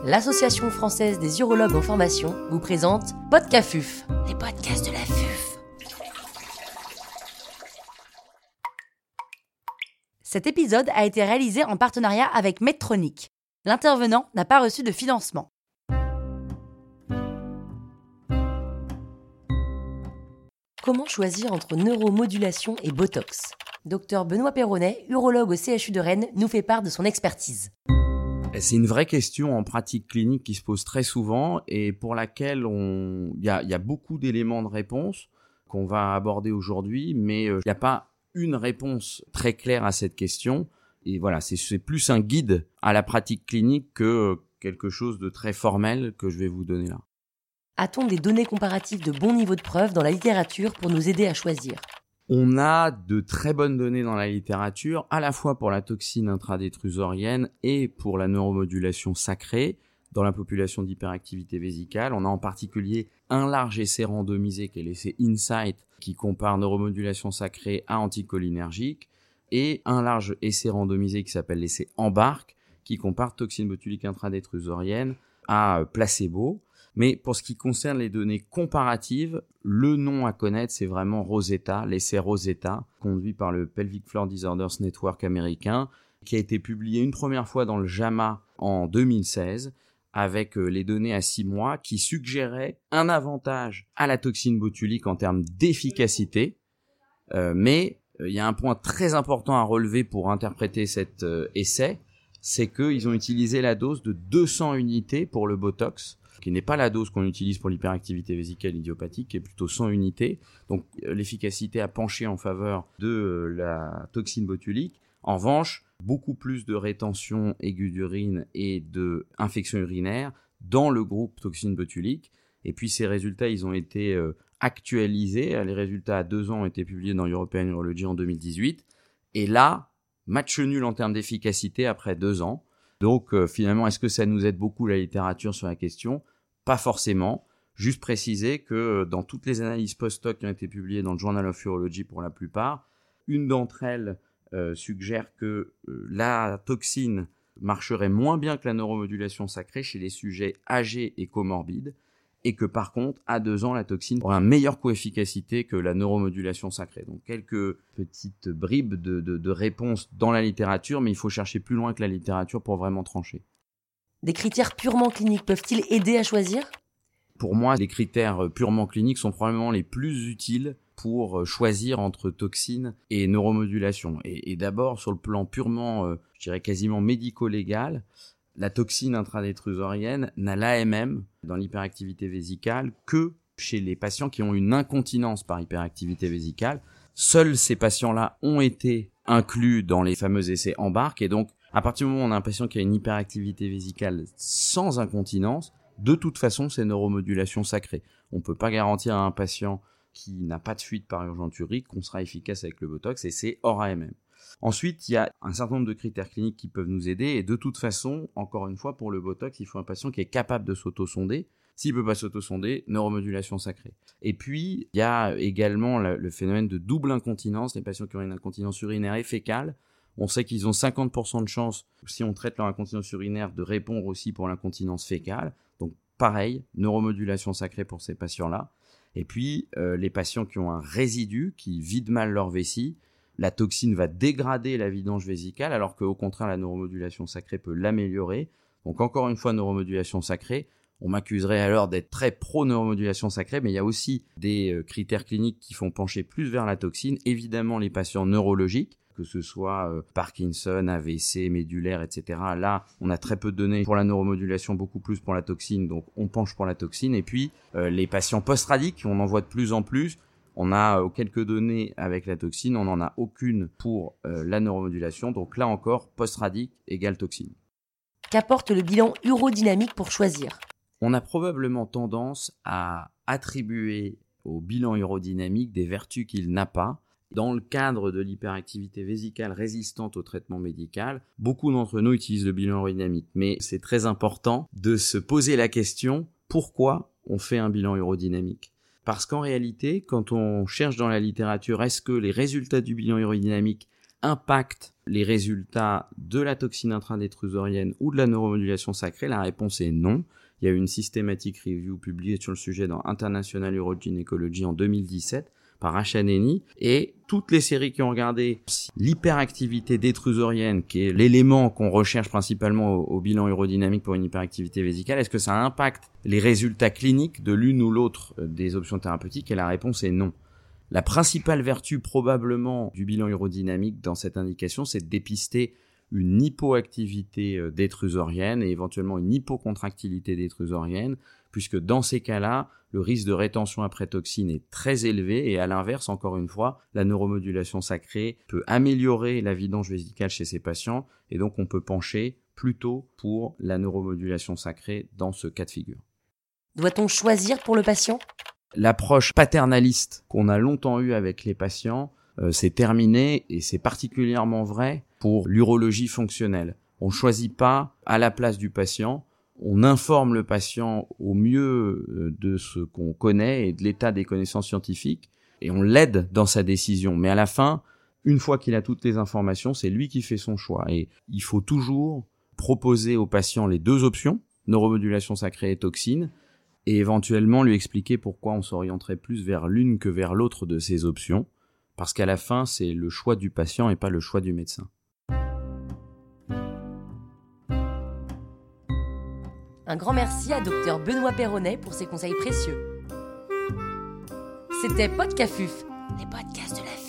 l'Association française des urologues en formation vous présente Podcafuf, les podcasts de la FUF. Cet épisode a été réalisé en partenariat avec Medtronic. L'intervenant n'a pas reçu de financement. Comment choisir entre neuromodulation et Botox ? Dr Benoît Perronnet, urologue au CHU de Rennes, nous fait part de son expertise. C'est une vraie question en pratique clinique qui se pose très souvent et pour laquelle il y a beaucoup d'éléments de réponse qu'on va aborder aujourd'hui, mais il n'y a pas une réponse très claire à cette question. Et voilà, c'est plus un guide à la pratique clinique que quelque chose de très formel que je vais vous donner là. A-t-on des données comparatives de bon niveau de preuve dans la littérature pour nous aider à choisir ? On a de très bonnes données dans la littérature, à la fois pour la toxine intradétrusorienne et pour la neuromodulation sacrée dans la population d'hyperactivité vésicale. On a en particulier un large essai randomisé qui est l'essai INSIGHT qui compare neuromodulation sacrée à anticholinergique et un large essai randomisé qui s'appelle l'essai EMBARC qui compare toxine botulique intradétrusorienne à placebo. Mais pour ce qui concerne les données comparatives, le nom à connaître, c'est vraiment Rosetta, l'essai Rosetta, conduit par le Pelvic Floor Disorders Network américain, qui a été publié une première fois dans le JAMA en 2016, avec les données à 6 mois, qui suggéraient un avantage à la toxine botulique en termes d'efficacité. Mais il y a un point très important à relever pour interpréter cet essai, c'est qu'ils ont utilisé la dose de 200 unités pour le Botox, qui n'est pas la dose qu'on utilise pour l'hyperactivité vésicale idiopathique, qui est plutôt 100 unités. Donc l'efficacité a penché en faveur de la toxine botulique. En revanche, beaucoup plus de rétention aiguë d'urine et d'infection urinaire dans le groupe toxine botulique. Et puis ces résultats, ils ont été actualisés. Les résultats à 2 ans ont été publiés dans European Urology en 2018. Et là, match nul en termes d'efficacité après 2 ans. Donc finalement, est-ce que ça nous aide beaucoup la littérature sur la question ? Pas forcément. Juste préciser que dans toutes les analyses post-hoc qui ont été publiées dans le Journal of Urology pour la plupart, une d'entre elles suggère que la toxine marcherait moins bien que la neuromodulation sacrée chez les sujets âgés et comorbides et que par contre, à 2 ans, la toxine aura un meilleur coefficacité que la neuromodulation sacrée. Donc quelques petites bribes de réponses dans la littérature, mais il faut chercher plus loin que la littérature pour vraiment trancher. Des critères purement cliniques peuvent-ils aider à choisir ? Pour moi, les critères purement cliniques sont probablement les plus utiles pour choisir entre toxine et neuromodulation. Et d'abord, sur le plan purement, je dirais quasiment médico-légal, la toxine intradétrusorienne n'a l'AMM dans l'hyperactivité vésicale que chez les patients qui ont une incontinence par hyperactivité vésicale. Seuls ces patients-là ont été inclus dans les fameux essais EMBARC et donc à partir du moment où on a un patient qui a une hyperactivité vésicale sans incontinence, de toute façon c'est neuromodulation sacrée. On ne peut pas garantir à un patient qui n'a pas de fuite par urgenturie qu'on sera efficace avec le Botox et c'est hors AMM. Ensuite, il y a un certain nombre de critères cliniques qui peuvent nous aider et de toute façon, encore une fois, pour le Botox, il faut un patient qui est capable de s'auto-sonder. S'il ne peut pas s'auto-sonder, neuromodulation sacrée. Et puis, il y a également le phénomène de double incontinence, les patients qui ont une incontinence urinaire et fécale. On sait qu'ils ont 50% de chance, si on traite leur incontinence urinaire, de répondre aussi pour l'incontinence fécale. Donc pareil, neuromodulation sacrée pour ces patients-là. Et puis, les patients qui ont un résidu, qui vident mal leur vessie, la toxine va dégrader la vidange vésicale, alors qu'au contraire, la neuromodulation sacrée peut l'améliorer. Donc encore une fois, neuromodulation sacrée. On m'accuserait alors d'être très pro-neuromodulation sacrée, mais il y a aussi des critères cliniques qui font pencher plus vers la toxine. Évidemment, les patients neurologiques, que ce soit Parkinson, AVC, médulaire, etc. Là, on a très peu de données pour la neuromodulation, beaucoup plus pour la toxine, donc on penche pour la toxine. Et puis, les patients post-radiques, on en voit de plus en plus. On a quelques données avec la toxine, on n'en a aucune pour la neuromodulation. Donc là encore, post-radique égale toxine. Qu'apporte le bilan urodynamique pour choisir ? On a probablement tendance à attribuer au bilan urodynamique des vertus qu'il n'a pas. Dans le cadre de l'hyperactivité vésicale résistante au traitement médical, beaucoup d'entre nous utilisent le bilan urodynamique. Mais c'est très important de se poser la question, pourquoi on fait un bilan urodynamique ? Parce qu'en réalité, quand on cherche dans la littérature, est-ce que les résultats du bilan urodynamique impacte les résultats de la toxine intradétrusorienne ou de la neuromodulation sacrée? La réponse est non. Il y a eu une systematic review publiée sur le sujet dans International Urogynecology en 2017 par Achaneni, et toutes les séries qui ont regardé l'hyperactivité détrusorienne, qui est l'élément qu'on recherche principalement au bilan urodynamique pour une hyperactivité vésicale, est-ce que ça impacte les résultats cliniques de l'une ou l'autre des options thérapeutiques? Et la réponse est non. La principale vertu probablement du bilan urodynamique dans cette indication, c'est de dépister une hypoactivité détrusorienne et éventuellement une hypocontractilité détrusorienne, puisque dans ces cas-là, le risque de rétention après toxine est très élevé, et à l'inverse, encore une fois, la neuromodulation sacrée peut améliorer la vidange vésicale chez ces patients, et donc on peut pencher plutôt pour la neuromodulation sacrée dans ce cas de figure. Doit-on choisir pour le patient ? L'approche paternaliste qu'on a longtemps eue avec les patients, c'est terminé, et c'est particulièrement vrai pour l'urologie fonctionnelle. On ne choisit pas à la place du patient, on informe le patient au mieux de ce qu'on connaît et de l'état des connaissances scientifiques, et on l'aide dans sa décision. Mais à la fin, une fois qu'il a toutes les informations, c'est lui qui fait son choix. Et il faut toujours proposer au patient les deux options, neuromodulation sacrée et toxine, et éventuellement lui expliquer pourquoi on s'orienterait plus vers l'une que vers l'autre de ces options, parce qu'à la fin, c'est le choix du patient et pas le choix du médecin. Un grand merci à Dr Benoît Perronnet pour ses conseils précieux. C'était Podcafuf, les podcasts de la vie.